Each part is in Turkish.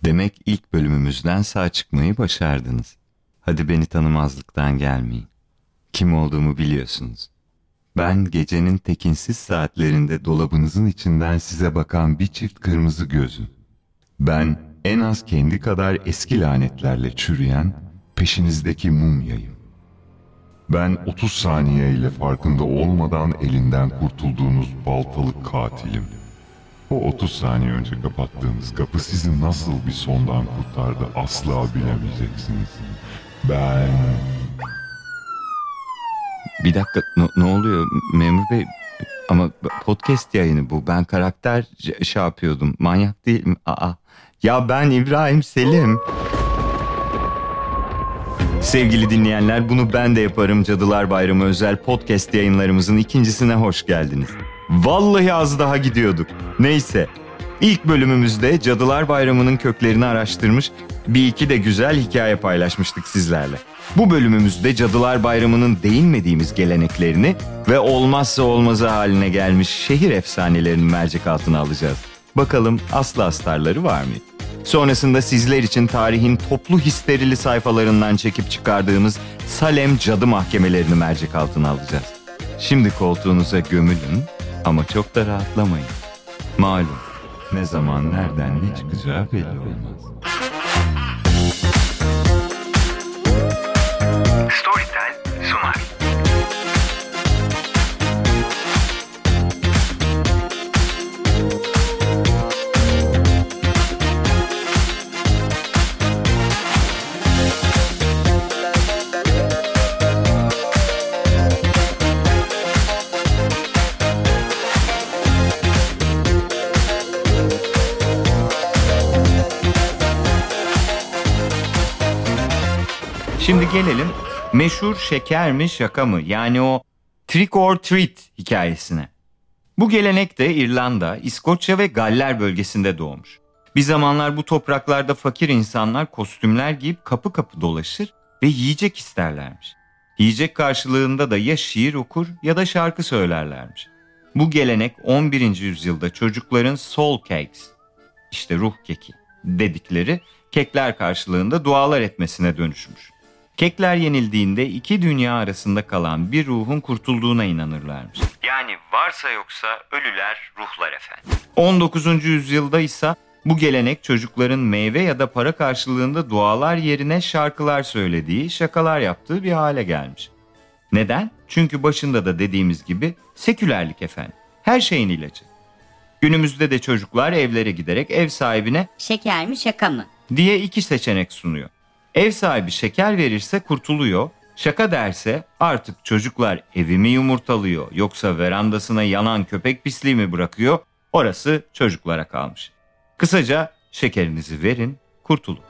Demek ilk bölümümüzden sağ çıkmayı başardınız. Hadi beni tanımazlıktan gelmeyin. Kim olduğumu biliyorsunuz. Ben gecenin tekinsiz saatlerinde dolabınızın içinden size bakan bir çift kırmızı gözüm. Ben en az kendi kadar eski lanetlerle çürüyen peşinizdeki mumyayım. Ben 30 saniye ile farkında olmadan elinden kurtulduğunuz baltalı katilim. O 30 saniye önce kapattığınız kapı sizi nasıl bir sondan kurtardı asla bilemeyeceksiniz. Ben... Bir dakika, ne oluyor memur bey? Ama podcast yayını bu. Ben karakter şey yapıyordum. Manyak değilim. Ya ben İbrahim Selim. Sevgili dinleyenler, bunu ben de yaparım. Cadılar Bayramı özel podcast yayınlarımızın ikincisine hoş geldiniz. Vallahi az daha gidiyorduk. Neyse. İlk bölümümüzde Cadılar Bayramı'nın köklerini araştırmış, bir iki de güzel hikaye paylaşmıştık sizlerle. Bu bölümümüzde Cadılar Bayramı'nın değinmediğimiz geleneklerini ve olmazsa olmazı haline gelmiş şehir efsanelerini mercek altına alacağız. Bakalım aslı astarları var mı? Sonrasında sizler için tarihin toplu histerili sayfalarından çekip çıkardığımız Salem cadı mahkemelerini mercek altına alacağız. Şimdi koltuğunuza gömülün ama çok da rahatlamayın. Malum ne zaman nereden ne çıkacağı belli olmaz. Storytel sunar. Şimdi gelelim meşhur şeker mi şaka mı, yani o trick or treat hikayesine. Bu gelenek de İrlanda, İskoçya ve Galler bölgesinde doğmuş. Bir zamanlar bu topraklarda fakir insanlar kostümler giyip kapı kapı dolaşır ve yiyecek isterlermiş. Yiyecek karşılığında da ya şiir okur ya da şarkı söylerlermiş. Bu gelenek 11. yüzyılda çocukların soul cakes, işte ruh keki dedikleri kekler karşılığında dualar etmesine dönüşmüş. Kekler yenildiğinde iki dünya arasında kalan bir ruhun kurtulduğuna inanırlarmış. Yani varsa yoksa ölüler ruhlar efendim. 19. yüzyılda ise bu gelenek çocukların meyve ya da para karşılığında dualar yerine şarkılar söylediği, şakalar yaptığı bir hale gelmiş. Neden? Çünkü başında da dediğimiz gibi sekülerlik efendim. Her şeyin ilacı. Günümüzde de çocuklar evlere giderek ev sahibine şeker mi şaka mı diye iki seçenek sunuyor. Ev sahibi şeker verirse kurtuluyor, şaka derse artık çocuklar evimi yumurtalıyor yoksa verandasına yanan köpek pisliği mi bırakıyor, orası çocuklara kalmış. Kısaca şekerinizi verin, kurtulun.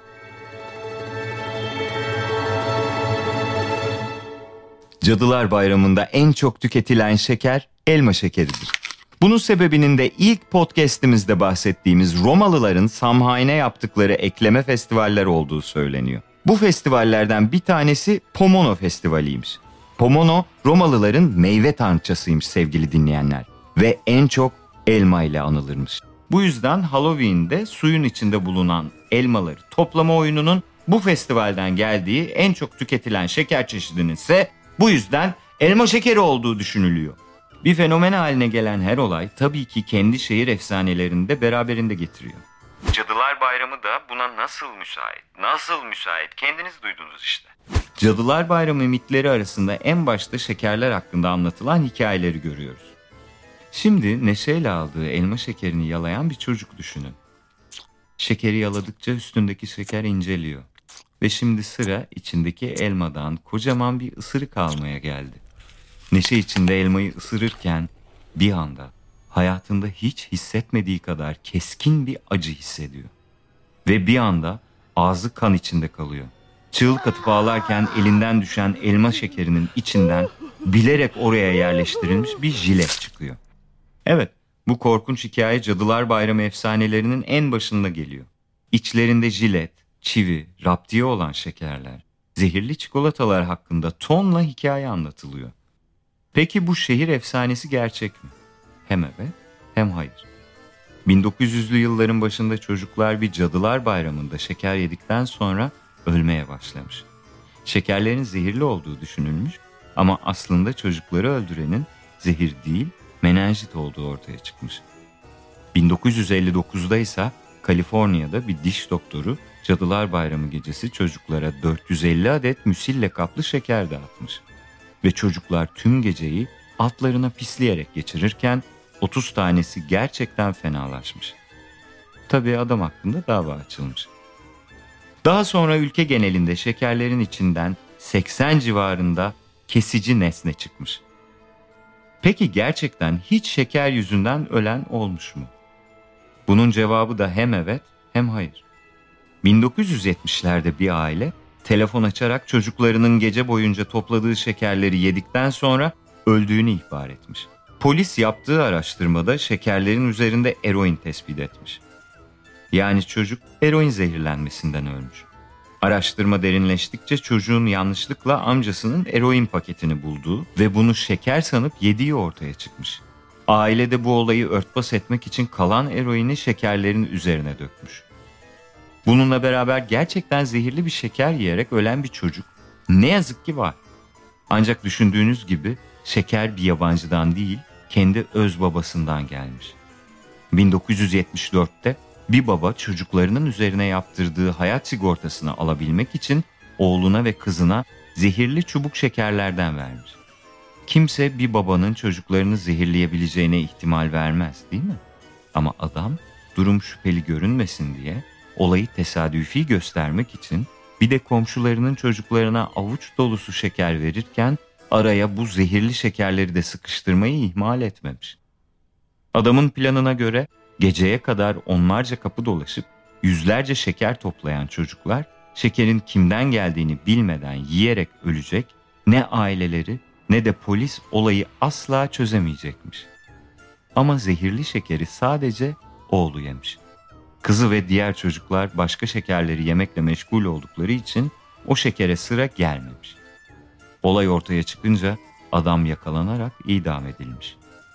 Cadılar Bayramı'nda en çok tüketilen şeker elma şekeridir. Bunun sebebinin de ilk podcast'imizde bahsettiğimiz Romalıların Samhain'e yaptıkları ekleme festivaller olduğu söyleniyor. Bu festivallerden bir tanesi Pomona Festivali'ymiş. Pomona, Romalıların meyve tanrıçasıymış sevgili dinleyenler. Ve en çok elma ile anılırmış. Bu yüzden Halloween'de suyun içinde bulunan elmaları toplama oyununun bu festivalden geldiği, en çok tüketilen şeker çeşidinin ise bu yüzden elma şekeri olduğu düşünülüyor. Bir fenomen haline gelen her olay tabii ki kendi şehir efsanelerini de beraberinde getiriyor. Cadılar Bayramı da buna nasıl müsait? Nasıl müsait? Kendiniz duydunuz işte. Cadılar Bayramı mitleri arasında en başta şekerler hakkında anlatılan hikayeleri görüyoruz. Şimdi neşeyle aldığı elma şekerini yalayan bir çocuk düşünün. Şekeri yaladıkça üstündeki şeker inceliyor. Ve şimdi sıra içindeki elmadan kocaman bir ısırık almaya geldi. Neşe içinde elmayı ısırırken bir anda hayatında hiç hissetmediği kadar keskin bir acı hissediyor. Ve bir anda ağzı kan içinde kalıyor. Çığlık atıp ağlarken elinden düşen elma şekerinin içinden bilerek oraya yerleştirilmiş bir jilet çıkıyor. Evet, bu korkunç hikaye Cadılar Bayramı efsanelerinin en başında geliyor. İçlerinde jilet, çivi, raptiye olan şekerler, zehirli çikolatalar hakkında tonla hikaye anlatılıyor. Peki bu şehir efsanesi gerçek mi? Hem evet hem hayır. 1900'lü yılların başında çocuklar bir Cadılar Bayramı'nda şeker yedikten sonra ölmeye başlamış. Şekerlerin zehirli olduğu düşünülmüş ama aslında çocukları öldürenin zehir değil, menenjit olduğu ortaya çıkmış. 1959'da ise Kaliforniya'da bir diş doktoru Cadılar Bayramı gecesi çocuklara 450 adet müsille kaplı şeker dağıtmış. Ve çocuklar tüm geceyi altlarına pisleyerek geçirirken 30 tanesi gerçekten fenalaşmış. Tabii adam hakkında dava açılmış. Daha sonra ülke genelinde şekerlerin içinden 80 civarında kesici nesne çıkmış. Peki gerçekten hiç şeker yüzünden ölen olmuş mu? Bunun cevabı da hem evet hem hayır. 1970'lerde bir aile telefon açarak çocuklarının gece boyunca topladığı şekerleri yedikten sonra öldüğünü ihbar etmiş. Polis yaptığı araştırmada şekerlerin üzerinde eroin tespit etmiş. Yani çocuk eroin zehirlenmesinden ölmüş. Araştırma derinleştikçe çocuğun yanlışlıkla amcasının eroin paketini bulduğu ve bunu şeker sanıp yediği ortaya çıkmış. Aile de bu olayı örtbas etmek için kalan eroini şekerlerin üzerine dökmüş. Bununla beraber gerçekten zehirli bir şeker yiyerek ölen bir çocuk ne yazık ki var. Ancak düşündüğünüz gibi şeker bir yabancıdan değil, kendi öz babasından gelmiş. 1974'te bir baba çocuklarının üzerine yaptırdığı hayat sigortasını alabilmek için oğluna ve kızına zehirli çubuk şekerlerden vermiş. Kimse bir babanın çocuklarını zehirleyebileceğine ihtimal vermez, değil mi? Ama adam durum şüpheli görünmesin diye olayı tesadüfi göstermek için bir de komşularının çocuklarına avuç dolusu şeker verirken araya bu zehirli şekerleri de sıkıştırmayı ihmal etmemiş. Adamın planına göre geceye kadar onlarca kapı dolaşıp yüzlerce şeker toplayan çocuklar şekerin kimden geldiğini bilmeden yiyerek ölecek, ne aileleri ne de polis olayı asla çözemeyecekmiş. Ama zehirli şekeri sadece oğlu yemiş. Kızı ve diğer çocuklar başka şekerleri yemekle meşgul oldukları için o şekere sıra gelmemiş. Olay ortaya çıkınca adam yakalanarak idam edilmiş.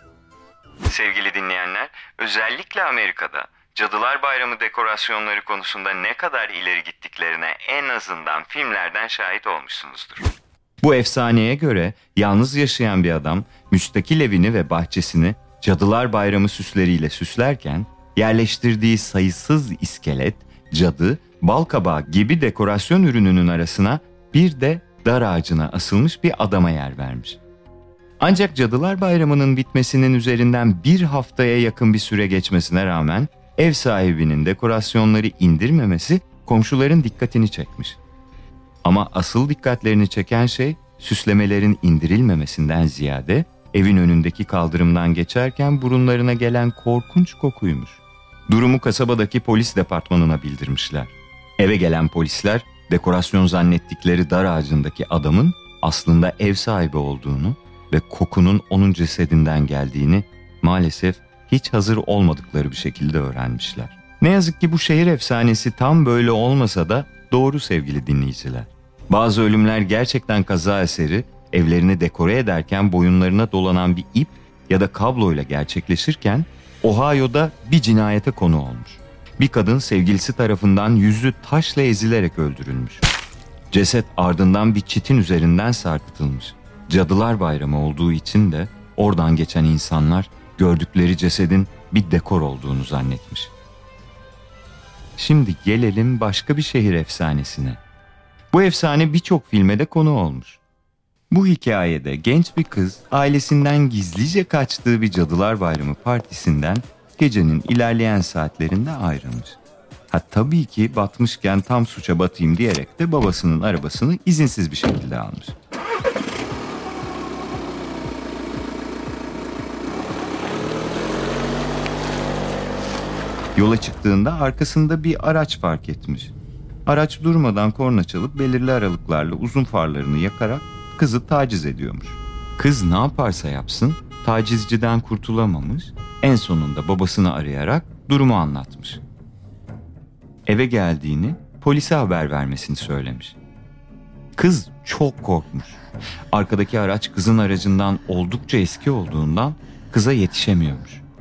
Sevgili dinleyenler, özellikle Amerika'da Cadılar Bayramı dekorasyonları konusunda ne kadar ileri gittiklerine en azından filmlerden şahit olmuşsunuzdur. Bu efsaneye göre yalnız yaşayan bir adam müstakil evini ve bahçesini Cadılar Bayramı süsleriyle süslerken yerleştirdiği sayısız iskelet, cadı, balkabağı gibi dekorasyon ürününün arasına bir de dar ağacına asılmış bir adama yer vermiş. Ancak Cadılar Bayramı'nın bitmesinin üzerinden bir haftaya yakın bir süre geçmesine rağmen ev sahibinin dekorasyonları indirmemesi komşuların dikkatini çekmiş. Ama asıl dikkatlerini çeken şey süslemelerin indirilmemesinden ziyade evin önündeki kaldırımdan geçerken burunlarına gelen korkunç kokuymuş. Durumu kasabadaki polis departmanına bildirmişler. Eve gelen polisler dekorasyon zannettikleri dar ağacındaki adamın aslında ev sahibi olduğunu ve kokunun onun cesedinden geldiğini maalesef hiç hazır olmadıkları bir şekilde öğrenmişler. Ne yazık ki bu şehir efsanesi tam böyle olmasa da doğru sevgili dinleyiciler. Bazı ölümler gerçekten kaza eseri, evlerini dekore ederken boyunlarına dolanan bir ip ya da kabloyla gerçekleşirken Ohio'da bir cinayete konu olmuş. Bir kadın sevgilisi tarafından yüzü taşla ezilerek öldürülmüş. Ceset ardından bir çitin üzerinden sarkıtılmış. Cadılar Bayramı olduğu için de oradan geçen insanlar gördükleri cesedin bir dekor olduğunu zannetmiş. Şimdi gelelim başka bir şehir efsanesine. Bu efsane birçok filme de konu olmuş. Bu hikayede genç bir kız ailesinden gizlice kaçtığı bir Cadılar Bayramı partisinden gecenin ilerleyen saatlerinde ayrılmış. Tabii ki batmışken tam suça batayım diyerek de babasının arabasını izinsiz bir şekilde almış. Yola çıktığında arkasında bir araç fark etmiş. Araç durmadan korna çalıp belirli aralıklarla uzun farlarını yakarak kızı taciz ediyormuş. Kız ne yaparsa yapsın tacizciden kurtulamamış, en sonunda babasını arayarak durumu anlatmış. Eve geldiğini, polise haber vermesini söylemiş. Kız çok korkmuş. Arkadaki araç kızın aracından oldukça eski olduğundan kıza yetişemiyormuş.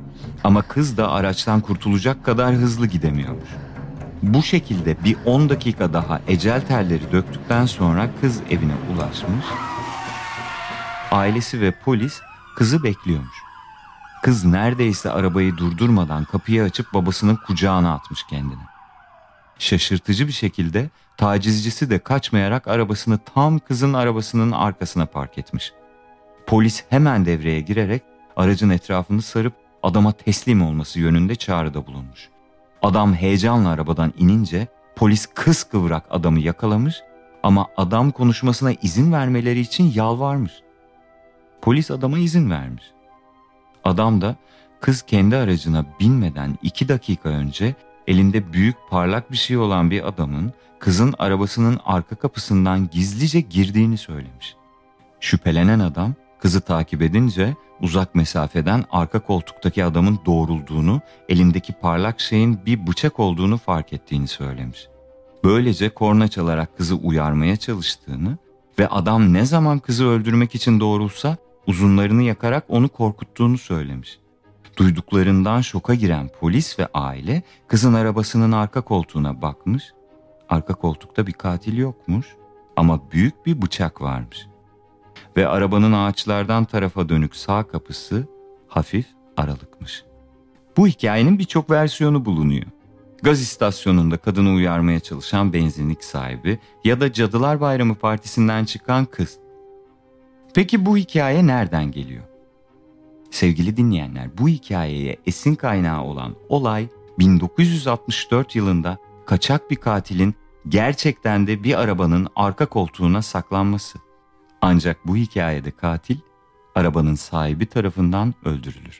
Ama kız da araçtan kurtulacak kadar hızlı gidemiyormuş. Bu şekilde bir 10 dakika daha ecel terleri döktükten sonra kız evine ulaşmış. Ailesi ve polis kızı bekliyormuş. Kız neredeyse arabayı durdurmadan kapıyı açıp babasının kucağına atmış kendini. Şaşırtıcı bir şekilde tacizcisi de kaçmayarak arabasını tam kızın arabasının arkasına park etmiş. Polis hemen devreye girerek aracın etrafını sarıp adama teslim olması yönünde çağrıda bulunmuş. Adam heyecanla arabadan inince polis kıskıvrak adamı yakalamış ama adam konuşmasına izin vermeleri için yalvarmış. Polis adama izin vermiş. Adam da kız kendi aracına binmeden 2 dakika önce elinde büyük parlak bir şey olan bir adamın kızın arabasının arka kapısından gizlice girdiğini söylemiş. Şüphelenen adam kızı takip edince uzak mesafeden arka koltuktaki adamın doğrulduğunu, elindeki parlak şeyin bir bıçak olduğunu fark ettiğini söylemiş. Böylece korna çalarak kızı uyarmaya çalıştığını ve adam ne zaman kızı öldürmek için doğrulsa uzunlarını yakarak onu korkuttuğunu söylemiş. Duyduklarından şoka giren polis ve aile kızın arabasının arka koltuğuna bakmış. Arka koltukta bir katil yokmuş ama büyük bir bıçak varmış. Ve arabanın ağaçlardan tarafa dönük sağ kapısı hafif aralıkmış. Bu hikayenin birçok versiyonu bulunuyor. Gaz istasyonunda kadını uyarmaya çalışan benzinlik sahibi ya da Cadılar Bayramı partisinden çıkan kız. Peki bu hikaye nereden geliyor? Sevgili dinleyenler, bu hikayeye esin kaynağı olan olay 1964 yılında kaçak bir katilin gerçekten de bir arabanın arka koltuğuna saklanması. Ancak bu hikayede katil arabanın sahibi tarafından öldürülür.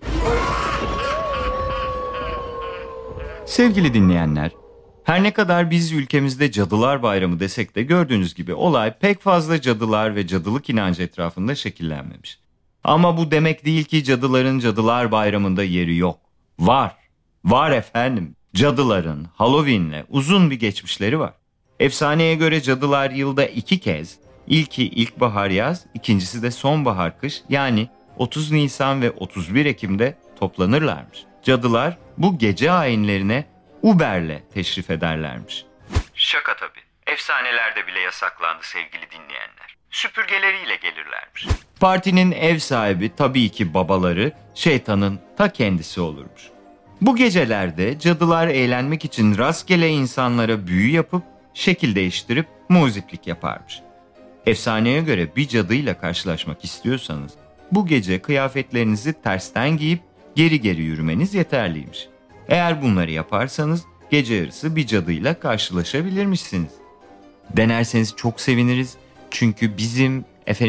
Sevgili dinleyenler, her ne kadar biz ülkemizde Cadılar Bayramı desek de gördüğünüz gibi olay pek fazla cadılar ve cadılık inancı etrafında şekillenmemiş. Ama bu demek değil ki cadıların Cadılar Bayramı'nda yeri yok. Var. Var efendim. Cadıların Halloween'le uzun bir geçmişleri var. Efsaneye göre cadılar yılda 2 kez, ilki ilkbahar yaz, ikincisi de sonbahar kış, yani 30 Nisan ve 31 Ekim'de toplanırlarmış. Cadılar bu gece ayinlerine Uber'le teşrif ederlermiş. Şaka tabii. Efsanelerde bile yasaklandı sevgili dinleyenler. Süpürgeleriyle gelirlermiş. Partinin ev sahibi tabii ki babaları şeytanın ta kendisi olurmuş. Bu gecelerde cadılar eğlenmek için rastgele insanlara büyü yapıp şekil değiştirip muziplik yaparmış. Efsaneye göre bir cadıyla karşılaşmak istiyorsanız bu gece kıyafetlerinizi tersten giyip geri geri yürümeniz yeterliymiş. Eğer bunları yaparsanız gece yarısı bir cadıyla karşılaşabilirmişsiniz. Denerseniz çok seviniriz çünkü bizim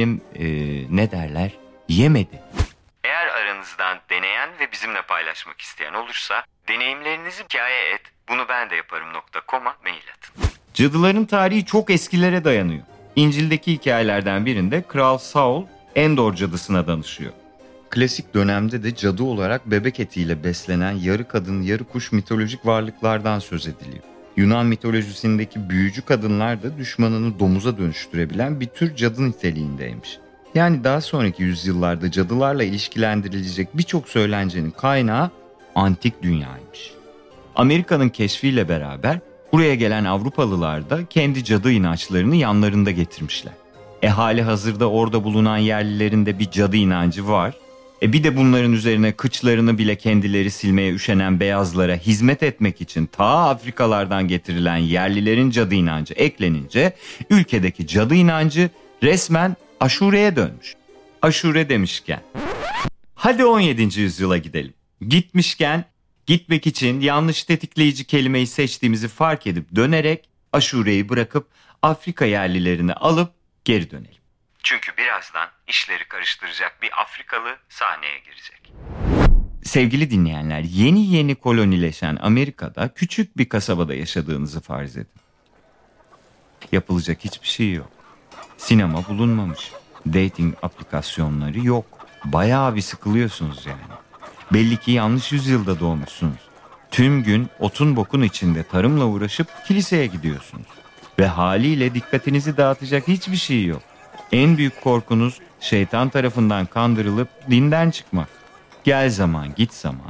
yemedi. Eğer aranızdan deneyen ve bizimle paylaşmak isteyen olursa deneyimlerinizi hikaye@bunubendeyaparım.com'a mail atın. Cadıların tarihi çok eskilere dayanıyor. İncil'deki hikayelerden birinde Kral Saul Endor cadısına danışıyor. Klasik dönemde de cadı olarak bebek etiyle beslenen yarı kadın yarı kuş mitolojik varlıklardan söz ediliyor. Yunan mitolojisindeki büyücü kadınlar da düşmanını domuza dönüştürebilen bir tür cadı niteliğindeymiş. Yani daha sonraki yüzyıllarda cadılarla ilişkilendirilecek birçok söylencenin kaynağı antik dünyaymış. Amerika'nın keşfiyle beraber buraya gelen Avrupalılar da kendi cadı inançlarını yanlarında getirmişler. Hali hazırda orada bulunan yerlilerin de bir cadı inancı var. Bir de bunların üzerine kıçlarını bile kendileri silmeye üşenen beyazlara hizmet etmek için ta Afrikalardan getirilen yerlilerin cadı inancı eklenince ülkedeki cadı inancı resmen aşureye dönmüş. Aşure demişken hadi 17. yüzyıla gidelim. Gitmişken gitmek için yanlış tetikleyici kelimeyi seçtiğimizi fark edip dönerek aşureyi bırakıp Afrika yerlilerini alıp geri dönelim. Çünkü birazdan işleri karıştıracak bir Afrikalı sahneye girecek. Sevgili dinleyenler, yeni kolonileşen Amerika'da küçük bir kasabada yaşadığınızı farz edin. Yapılacak hiçbir şey yok. Sinema bulunmamış. Dating aplikasyonları yok. Bayağı bir sıkılıyorsunuz yani. Belli ki yanlış yüzyılda doğmuşsunuz. Tüm gün otun bokun içinde tarımla uğraşıp kiliseye gidiyorsunuz. Ve haliyle dikkatinizi dağıtacak hiçbir şey yok. En büyük korkunuz şeytan tarafından kandırılıp dinden çıkmak. Gel zaman git zaman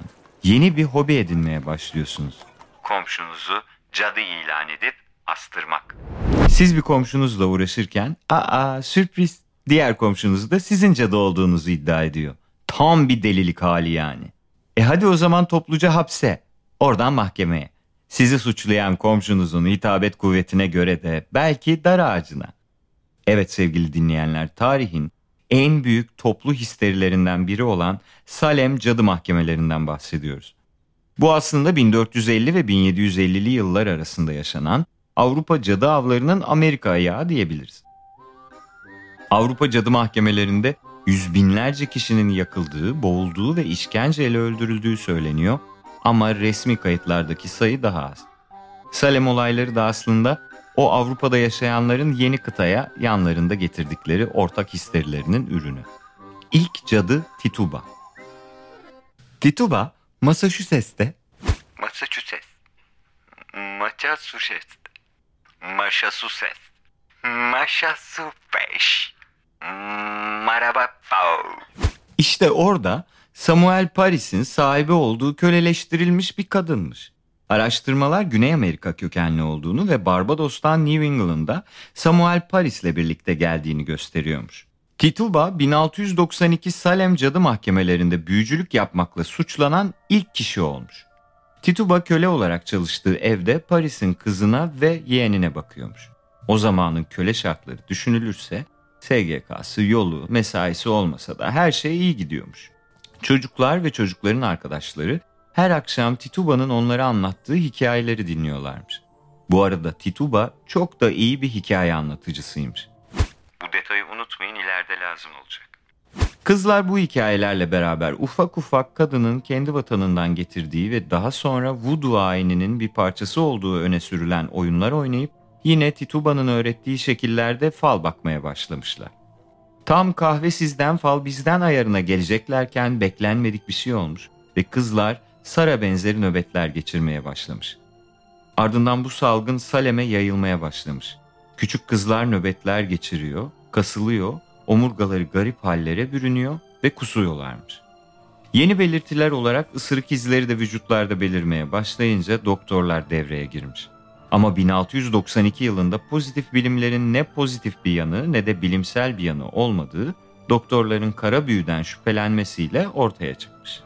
Yeni bir hobi edinmeye başlıyorsunuz. Komşunuzu cadı ilan edip astırmak. Siz bir komşunuzla uğraşırken sürpriz, diğer komşunuz da sizin cadı olduğunuzu iddia ediyor. Tam bir delilik hali yani. Hadi o zaman topluca hapse, oradan mahkemeye. Sizi suçlayan komşunuzun hitabet kuvvetine göre de belki dar ağacına. Evet sevgili dinleyenler, tarihin en büyük toplu histerilerinden biri olan Salem cadı mahkemelerinden bahsediyoruz. Bu aslında 1450 ve 1750'li yıllar arasında yaşanan Avrupa cadı avlarının Amerika ayağı diyebiliriz. Avrupa cadı mahkemelerinde yüz binlerce kişinin yakıldığı, boğulduğu ve işkenceyle öldürüldüğü söyleniyor ama resmi kayıtlardaki sayı daha az. Salem olayları da aslında o Avrupa'da yaşayanların yeni kıtaya yanlarında getirdikleri ortak histerilerinin ürünü. İlk cadı Tituba. Tituba, Massachusetts'te Massachusetts. Massachusetts. Massachusetts. Massachusetts. Merhaba. İşte orada Samuel Paris'in sahibi olduğu köleleştirilmiş bir kadınmış. Araştırmalar Güney Amerika kökenli olduğunu ve Barbados'tan New England'a Samuel Paris'le birlikte geldiğini gösteriyormuş. Tituba 1692 Salem cadı mahkemelerinde büyücülük yapmakla suçlanan ilk kişi olmuş. Tituba köle olarak çalıştığı evde Paris'in kızına ve yeğenine bakıyormuş. O zamanın köle şartları düşünülürse SGK'sı, yolu, mesaisi olmasa da her şey iyi gidiyormuş. Çocuklar ve çocukların arkadaşları her akşam Tituba'nın onlara anlattığı hikayeleri dinliyorlarmış. Bu arada Tituba çok da iyi bir hikaye anlatıcısıymış. Bu detayı unutmayın, ileride lazım olacak. Kızlar bu hikayelerle beraber ufak ufak kadının kendi vatanından getirdiği ve daha sonra voodoo ayininin bir parçası olduğu öne sürülen oyunlar oynayıp yine Tituba'nın öğrettiği şekillerde fal bakmaya başlamışlar. Tam kahve sizden fal bizden ayarına geleceklerken beklenmedik bir şey olmuş ve kızlar Sara benzeri nöbetler geçirmeye başlamış. Ardından bu salgın Salem'e yayılmaya başlamış. Küçük kızlar nöbetler geçiriyor, kasılıyor, omurgaları garip hallere bürünüyor ve kusuyorlarmış. Yeni belirtiler olarak ısırık izleri de vücutlarda belirmeye başlayınca doktorlar devreye girmiş. Ama 1692 yılında pozitif bilimlerin ne pozitif bir yanı ne de bilimsel bir yanı olmadığı doktorların kara büyüden şüphelenmesiyle ortaya çıkmış.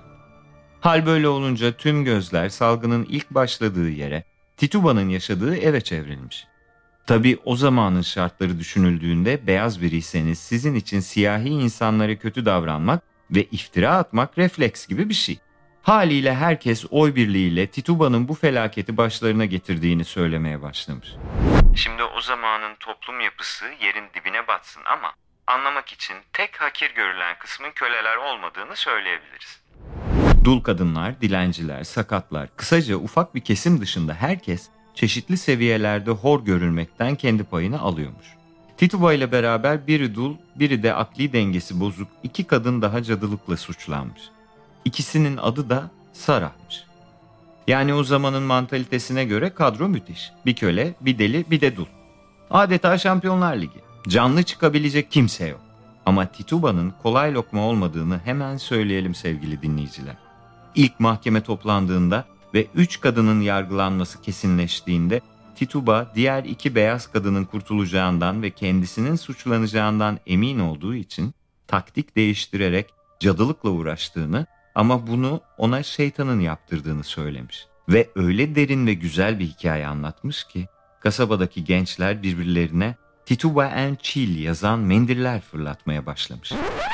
Hal böyle olunca tüm gözler salgının ilk başladığı yere, Tituba'nın yaşadığı eve çevrilmiş. Tabii o zamanın şartları düşünüldüğünde beyaz biriyseniz sizin için siyahi insanlara kötü davranmak ve iftira atmak refleks gibi bir şey. Haliyle herkes oy birliğiyle Tituba'nın bu felaketi başlarına getirdiğini söylemeye başlamış. Şimdi o zamanın toplum yapısı yerin dibine batsın ama anlamak için tek hakir görülen kısmın köleler olmadığını söyleyebiliriz. Dul kadınlar, dilenciler, sakatlar, kısaca ufak bir kesim dışında herkes çeşitli seviyelerde hor görülmekten kendi payını alıyormuş. Tituba ile beraber biri dul, biri de akli dengesi bozuk iki kadın daha cadılıkla suçlanmış. İkisinin adı da Sarah'mış. Yani o zamanın mantalitesine göre kadro müthiş. Bir köle, bir deli, bir de dul. Adeta Şampiyonlar Ligi. Canlı çıkabilecek kimse yok. Ama Tituba'nın kolay lokma olmadığını hemen söyleyelim sevgili dinleyiciler. İlk mahkeme toplandığında ve 3 kadının yargılanması kesinleştiğinde Tituba diğer 2 beyaz kadının kurtulacağından ve kendisinin suçlanacağından emin olduğu için taktik değiştirerek cadılıkla uğraştığını ama bunu ona şeytanın yaptırdığını söylemiş. Ve öyle derin ve güzel bir hikaye anlatmış ki kasabadaki gençler birbirlerine Tituba and Chill yazan mendiller fırlatmaya başlamış.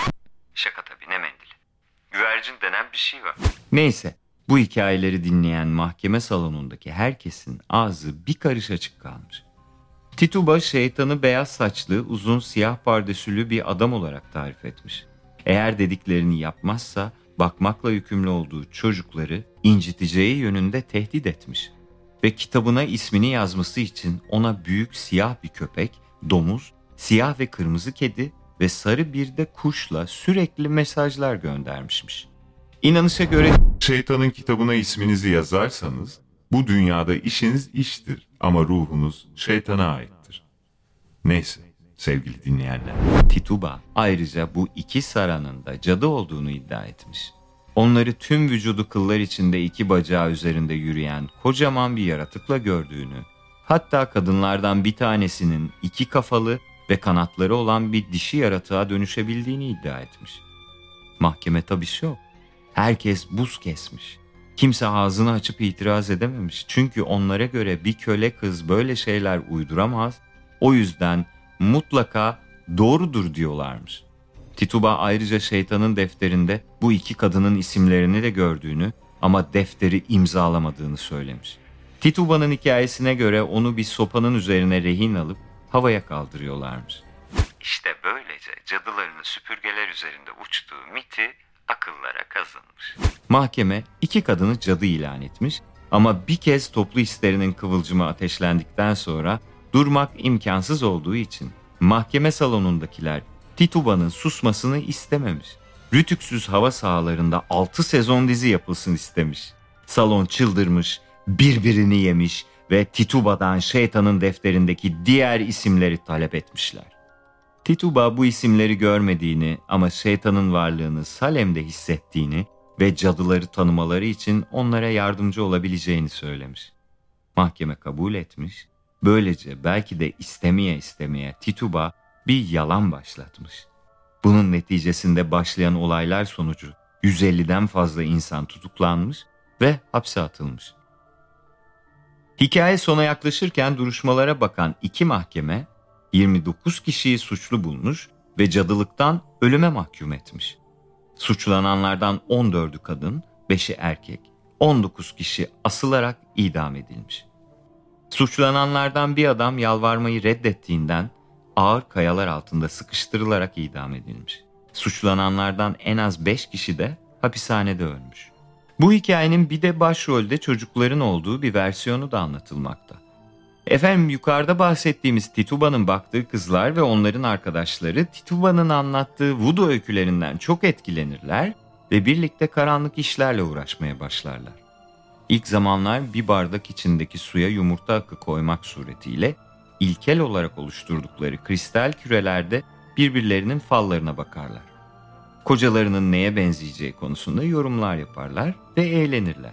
Şaka tabii, ne mendili? Güvercin denen bir şey var. Neyse, bu hikayeleri dinleyen mahkeme salonundaki herkesin ağzı bir karış açık kalmış. Tituba şeytanı beyaz saçlı, uzun siyah pardesülü bir adam olarak tarif etmiş. Eğer dediklerini yapmazsa bakmakla yükümlü olduğu çocukları inciteceği yönünde tehdit etmiş. Ve kitabına ismini yazması için ona büyük siyah bir köpek, domuz, siyah ve kırmızı kedi ve sarı bir de kuşla sürekli mesajlar göndermişmiş. İnanışa göre şeytanın kitabına isminizi yazarsanız bu dünyada işiniz iştir ama ruhunuz şeytana aittir. Neyse sevgili dinleyenler. Tituba ayrıca bu 2 saranın da cadı olduğunu iddia etmiş. onları tüm vücudu kıllar içinde 2 bacağı üzerinde yürüyen kocaman bir yaratıkla gördüğünü, hatta kadınlardan bir tanesinin 2 kafalı ve kanatları olan bir dişi yaratığa dönüşebildiğini iddia etmiş. Mahkeme tabii şok. Herkes buz kesmiş. Kimse ağzını açıp itiraz edememiş. Çünkü onlara göre bir köle kız böyle şeyler uyduramaz. O yüzden mutlaka doğrudur diyorlarmış. Tituba ayrıca şeytanın defterinde bu 2 kadının isimlerini de gördüğünü ama defteri imzalamadığını söylemiş. Tituba'nın hikayesine göre onu bir sopanın üzerine rehin alıp havaya kaldırıyorlarmış. İşte böylece cadıların süpürgeler üzerinde uçtuğu miti akıllara kazınmış. Mahkeme 2 kadını cadı ilan etmiş ama bir kez toplu hislerinin kıvılcımı ateşlendikten sonra durmak imkansız olduğu için mahkeme salonundakiler Tituba'nın susmasını istememiş. Rütüksüz hava sahalarında 6 sezon dizi yapılsın istemiş. Salon çıldırmış, birbirini yemiş ve Tituba'dan şeytanın defterindeki diğer isimleri talep etmişler. Tituba bu isimleri görmediğini ama şeytanın varlığını Salem'de hissettiğini ve cadıları tanımaları için onlara yardımcı olabileceğini söylemiş. Mahkeme kabul etmiş. Böylece belki de istemeye Tituba bir yalan başlatmış. Bunun neticesinde başlayan olaylar sonucu 150'den fazla insan tutuklanmış ve hapse atılmış. Hikaye sona yaklaşırken duruşmalara bakan 2 mahkeme 29 kişiyi suçlu bulmuş ve cadılıktan ölüme mahkum etmiş. Suçlananlardan 14'ü kadın, 5'i erkek, 19 kişi asılarak idam edilmiş. Suçlananlardan bir adam yalvarmayı reddettiğinden ağır kayalar altında sıkıştırılarak idam edilmiş. Suçlananlardan en az 5 kişi de hapishanede ölmüş. Bu hikayenin bir de başrolde çocukların olduğu bir versiyonu da anlatılmakta. Efendim yukarıda bahsettiğimiz Tituba'nın baktığı kızlar ve onların arkadaşları Tituba'nın anlattığı voodoo öykülerinden çok etkilenirler ve birlikte karanlık işlerle uğraşmaya başlarlar. İlk zamanlar bir bardak içindeki suya yumurta akı koymak suretiyle ilkel olarak oluşturdukları kristal kürelerde birbirlerinin fallarına bakarlar. Kocalarının neye benzeyeceği konusunda yorumlar yaparlar ve eğlenirler.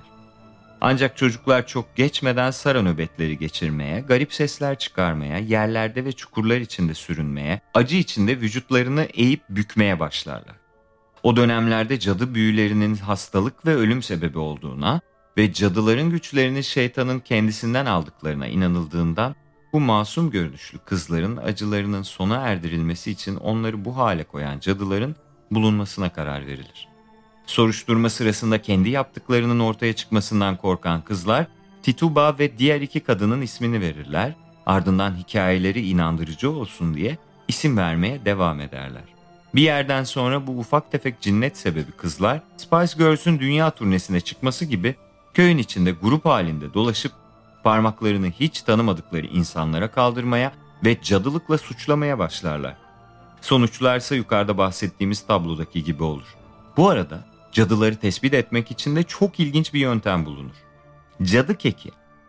Ancak çocuklar çok geçmeden sara nöbetleri geçirmeye, garip sesler çıkarmaya, yerlerde ve çukurlar içinde sürünmeye, acı içinde vücutlarını eğip bükmeye başlarlar. O dönemlerde cadı büyülerinin hastalık ve ölüm sebebi olduğuna ve cadıların güçlerini şeytanın kendisinden aldıklarına inanıldığından bu masum görünüşlü kızların acılarının sona erdirilmesi için onları bu hale koyan cadıların bulunmasına karar verilir. Soruşturma sırasında kendi yaptıklarının ortaya çıkmasından korkan kızlar, Tituba ve diğer 2 kadının ismini verirler, ardından hikayeleri inandırıcı olsun diye isim vermeye devam ederler. Bir yerden sonra bu ufak tefek cinnet sebebi kızlar, Spice Girls'ün dünya turnesine çıkması gibi köyün içinde grup halinde dolaşıp parmaklarını hiç tanımadıkları insanlara kaldırmaya ve cadılıkla suçlamaya başlarlar. Sonuçlarsa yukarıda bahsettiğimiz tablodaki gibi olur. Bu arada cadıları tespit etmek için de çok ilginç bir yöntem bulunur. Cadı keki.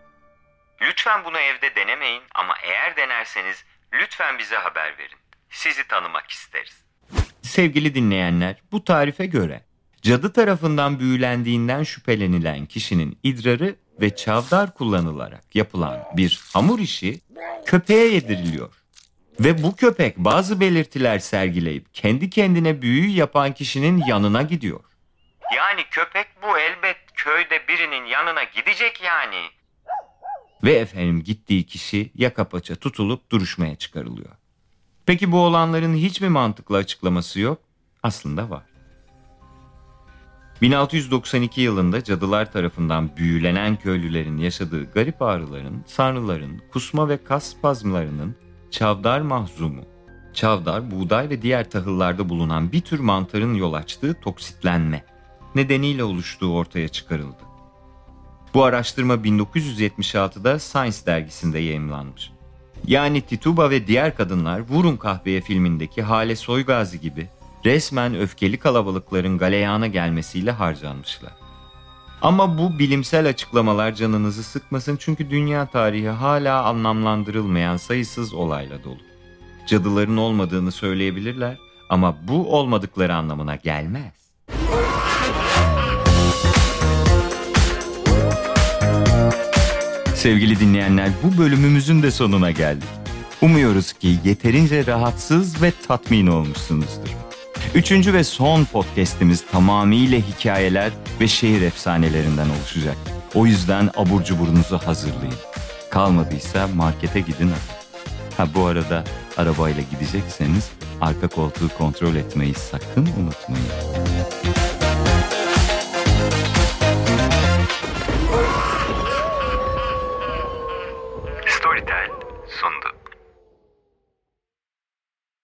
Lütfen bunu evde denemeyin ama eğer denerseniz lütfen bize haber verin. Sizi tanımak isteriz. Sevgili dinleyenler, bu tarife göre cadı tarafından büyülendiğinden şüphelenilen kişinin idrarı ve çavdar kullanılarak yapılan bir hamur işi köpeğe yediriliyor. Ve bu köpek bazı belirtiler sergileyip kendi kendine büyü yapan kişinin yanına gidiyor. Yani köpek bu elbet köyde birinin yanına gidecek yani. Ve efendim gittiği kişi yaka paça tutulup duruşmaya çıkarılıyor. Peki bu olanların hiç mi mantıklı açıklaması yok? Aslında var. 1692 yılında cadılar tarafından büyülenen köylülerin yaşadığı garip ağrıların, sanrıların, kusma ve kas spazmlarının çavdar mahzumu, çavdar, buğday ve diğer tahıllarda bulunan bir tür mantarın yol açtığı toksitlenme nedeniyle oluştuğu ortaya çıkarıldı. Bu araştırma 1976'da Science dergisinde yayımlanmış. Yani Tituba ve diğer kadınlar Vurun Kahveye filmindeki Hale Soygazi gibi resmen öfkeli kalabalıkların galeyana gelmesiyle harcanmışlar. Ama bu bilimsel açıklamalar canınızı sıkmasın çünkü dünya tarihi hala anlamlandırılmayan sayısız olayla dolu. Cadıların olmadığını söyleyebilirler ama bu olmadıkları anlamına gelmez. Sevgili dinleyenler, bu bölümümüzün de sonuna geldik. Umuyoruz ki yeterince rahatsız ve tatmin olmuşsunuzdur. 3. ve son podcast'imiz tamamıyla hikayeler ve şehir efsanelerinden oluşacak. O yüzden abur cuburunuzu hazırlayın. Kalmadıysa markete gidin alın. Bu arada arabayla gidecekseniz arka koltuğu kontrol etmeyi sakın unutmayın.